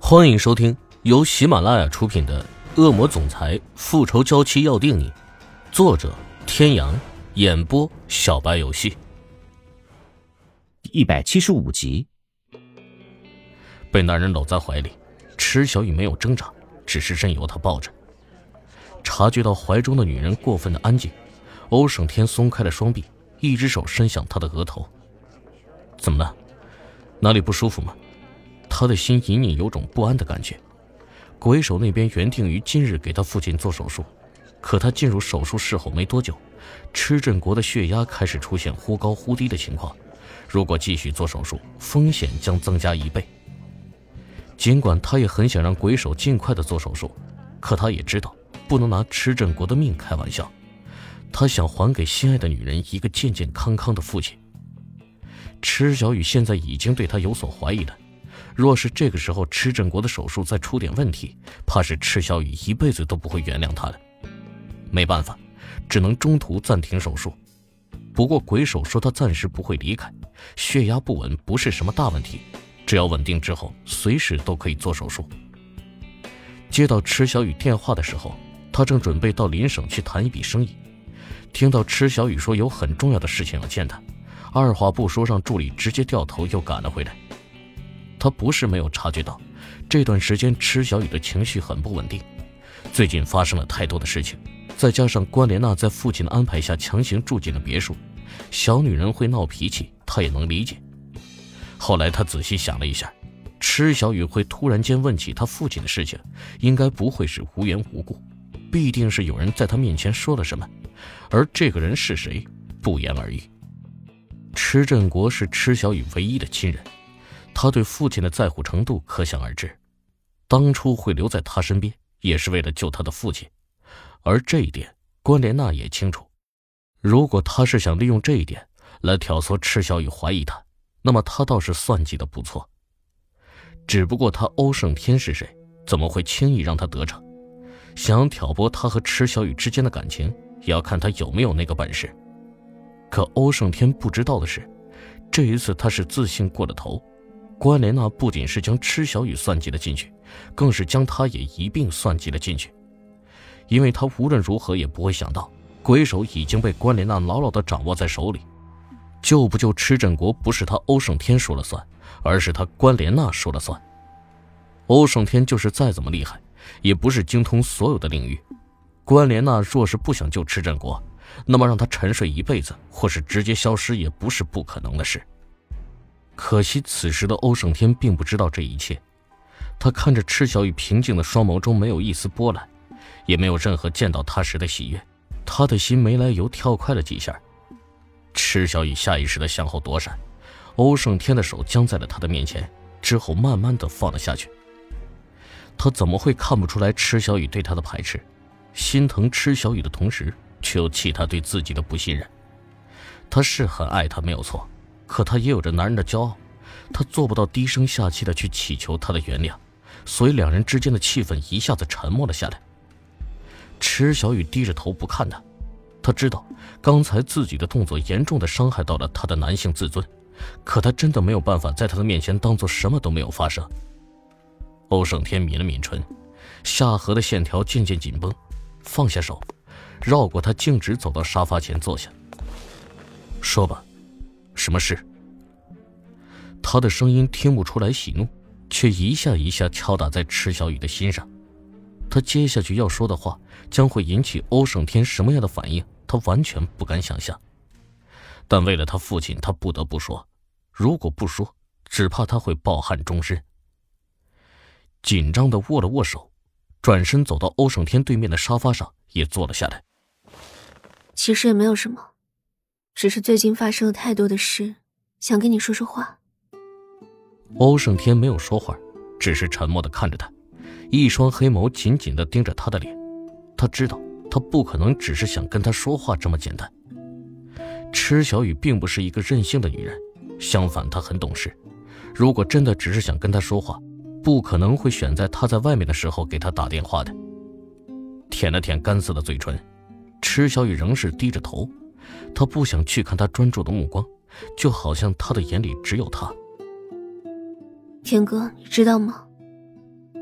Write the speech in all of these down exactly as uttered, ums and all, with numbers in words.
欢迎收听由喜马拉雅出品的《恶魔总裁复仇娇妻要定你》，作者天阳，演播小白游戏。 一百七十五集。 被男人搂在怀里，池小雨没有挣扎，只是任由他抱着。察觉到怀中的女人过分的安静，欧胜天松开了双臂，一只手伸向她的额头。怎么了？哪里不舒服吗？他的心隐隐有种不安的感觉。鬼手那边原定于今日给他父亲做手术，可他进入手术室后没多久，池振国的血压开始出现忽高忽低的情况，如果继续做手术，风险将增加一倍。尽管他也很想让鬼手尽快的做手术，可他也知道不能拿池振国的命开玩笑。他想还给心爱的女人一个健健康康的父亲。池小雨现在已经对他有所怀疑了，若是这个时候池振国的手术再出点问题，怕是池小雨一辈子都不会原谅他了。没办法，只能中途暂停手术。不过鬼手说他暂时不会离开，血压不稳不是什么大问题，只要稳定之后随时都可以做手术。接到池小雨电话的时候，他正准备到邻省去谈一笔生意，听到池小雨说有很重要的事情要见他，二话不说让助理直接掉头又赶了回来。他不是没有察觉到，这段时间池小雨的情绪很不稳定，最近发生了太多的事情，再加上关莲娜在父亲的安排下强行住进了别墅，小女人会闹脾气，他也能理解。后来他仔细想了一下，池小雨会突然间问起他父亲的事情，应该不会是无缘无故，必定是有人在他面前说了什么，而这个人是谁，不言而喻。池振国是池小雨唯一的亲人，他对父亲的在乎程度可想而知，当初会留在他身边也是为了救他的父亲，而这一点关莲娜也清楚。如果他是想利用这一点来挑唆池小雨怀疑他，那么他倒是算计得不错。只不过他欧胜天是谁，怎么会轻易让他得逞？想要挑拨他和池小雨之间的感情，也要看他有没有那个本事。可欧胜天不知道的是，这一次他是自信过了头。关莲娜不仅是将池小雨算计了进去，更是将他也一并算计了进去。因为他无论如何也不会想到，鬼手已经被关莲娜牢牢地掌握在手里。救不救池振国不是他欧胜天说了算，而是他关莲娜说了算。欧胜天就是再怎么厉害，也不是精通所有的领域。关莲娜若是不想救池振国，那么让他沉睡一辈子，或是直接消失，也不是不可能的事。可惜此时的欧胜天并不知道这一切，他看着池小雨平静的双眸中没有一丝波澜，也没有任何见到他时的喜悦，他的心没来由跳快了几下。池小雨下意识地向后躲闪，欧胜天的手僵在了他的面前，之后慢慢地放了下去。他怎么会看不出来池小雨对他的排斥？心疼池小雨的同时，却又气他对自己的不信任。他是很爱他没有错，可他也有着男人的骄傲，他做不到低声下气地去祈求他的原谅，所以两人之间的气氛一下子沉默了下来。池小雨低着头不看他，他知道刚才自己的动作严重地伤害到了他的男性自尊，可他真的没有办法在他的面前当作什么都没有发生。欧胜天抿了抿唇，下颌的线条渐渐紧绷，放下手，绕过他，径直走到沙发前坐下。说吧，什么事？他的声音听不出来喜怒，却一下一下敲打在池小雨的心上。他接下去要说的话将会引起欧胜天什么样的反应，他完全不敢想象。但为了他父亲，他不得不说，如果不说，只怕他会抱憾终身。紧张地握了握手，转身走到欧胜天对面的沙发上，也坐了下来。 其实也没有什么，只是最近发生了太多的事，想跟你说说话。 欧胜天没有说话，只是沉默地看着他，一双黑眸紧紧地盯着他的脸。他知道他不可能只是想跟他说话这么简单。池小雨并不是一个任性的女人，相反她很懂事，如果真的只是想跟他说话，不可能会选在他在外面的时候给他打电话的。舔了舔干涩的嘴唇，池小雨仍是低着头，他不想去看他专注的目光，就好像他的眼里只有他。 天哥，你知道吗？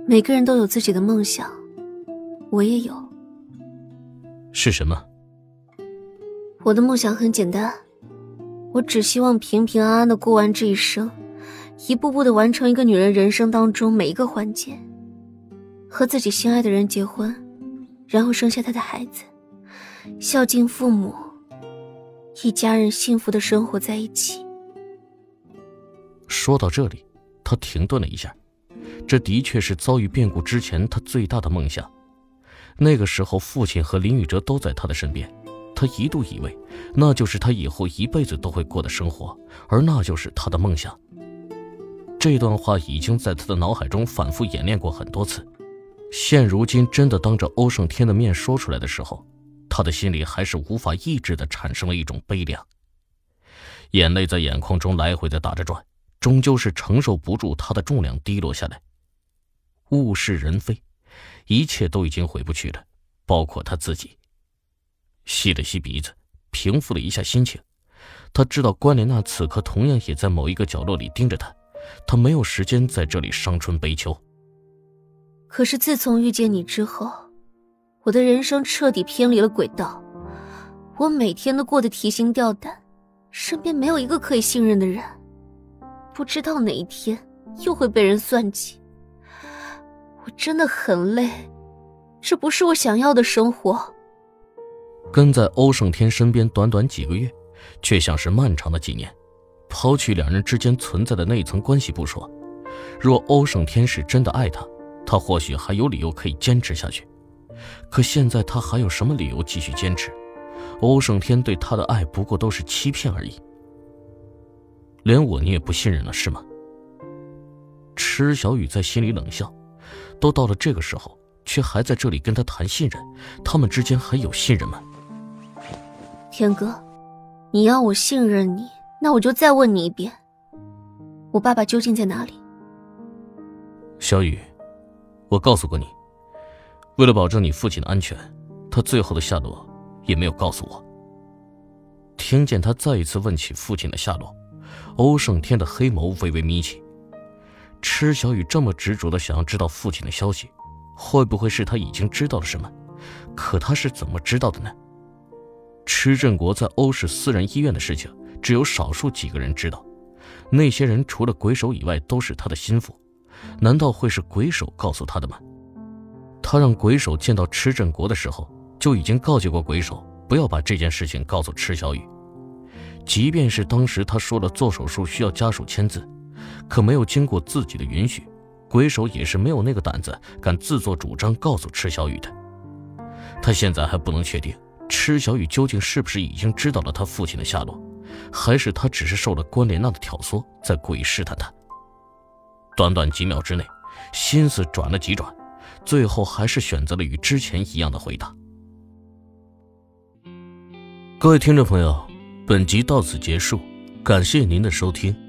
每个人都有自己的梦想，我也有。 是什么？ 我的梦想很简单，我只希望平平安安的过完这一生，一步步的完成一个女人人生当中每一个环节，和自己心爱的人结婚，然后生下他的孩子，孝敬父母，一家人幸福的生活在一起。 说到这里，他停顿了一下，这的确是遭遇变故之前他最大的梦想。那个时候父亲和林宇哲都在他的身边，他一度以为那就是他以后一辈子都会过的生活，而那就是他的梦想。这段话已经在他的脑海中反复演练过很多次，现如今真的当着欧胜天的面说出来的时候，他的心里还是无法抑制地产生了一种悲凉，眼泪在眼眶中来回地打着转，终究是承受不住他的重量滴落下来。物是人非，一切都已经回不去了，包括他自己。吸了吸鼻子，平复了一下心情，他知道关莲娜此刻同样也在某一个角落里盯着他，他没有时间在这里伤春悲秋。 可是自从遇见你之后，我的人生彻底偏离了轨道，我每天都过得提心吊胆，身边没有一个可以信任的人，不知道哪一天又会被人算计。我真的很累，这不是我想要的生活。 跟在欧胜天身边短短几个月，却像是漫长的几年。抛去两人之间存在的那层关系不说，若欧胜天是真的爱他，他或许还有理由可以坚持下去。可现在他还有什么理由继续坚持？欧胜天对他的爱不过都是欺骗而已。连我你也不信任了是吗？池小雨在心里冷笑，都到了这个时候，却还在这里跟他谈信任，他们之间还有信任吗？ 天哥，你要我信任你，那我就再问你一遍，我爸爸究竟在哪里？ 小雨，我告诉过你，为了保证你父亲的安全，他最后的下落也没有告诉我。听见他再一次问起父亲的下落，欧胜天的黑眸微微眯起。池小雨这么执着地想要知道父亲的消息，会不会是他已经知道了什么？可他是怎么知道的呢？池振国在欧氏私人医院的事情，只有少数几个人知道，那些人除了鬼手以外都是他的心腹，难道会是鬼手告诉他的吗？他让鬼手见到池振国的时候，就已经告诫过鬼手不要把这件事情告诉池小雨。即便是当时他说了做手术需要家属签字，可没有经过自己的允许，鬼手也是没有那个胆子敢自作主张告诉池小雨的。他现在还不能确定池小雨究竟是不是已经知道了他父亲的下落，还是他只是受了关莲娜的挑唆，在故意试探他。短短几秒之内，心思转了几转，最后还是选择了与之前一样的回答。各位听众朋友，本集到此结束，感谢您的收听。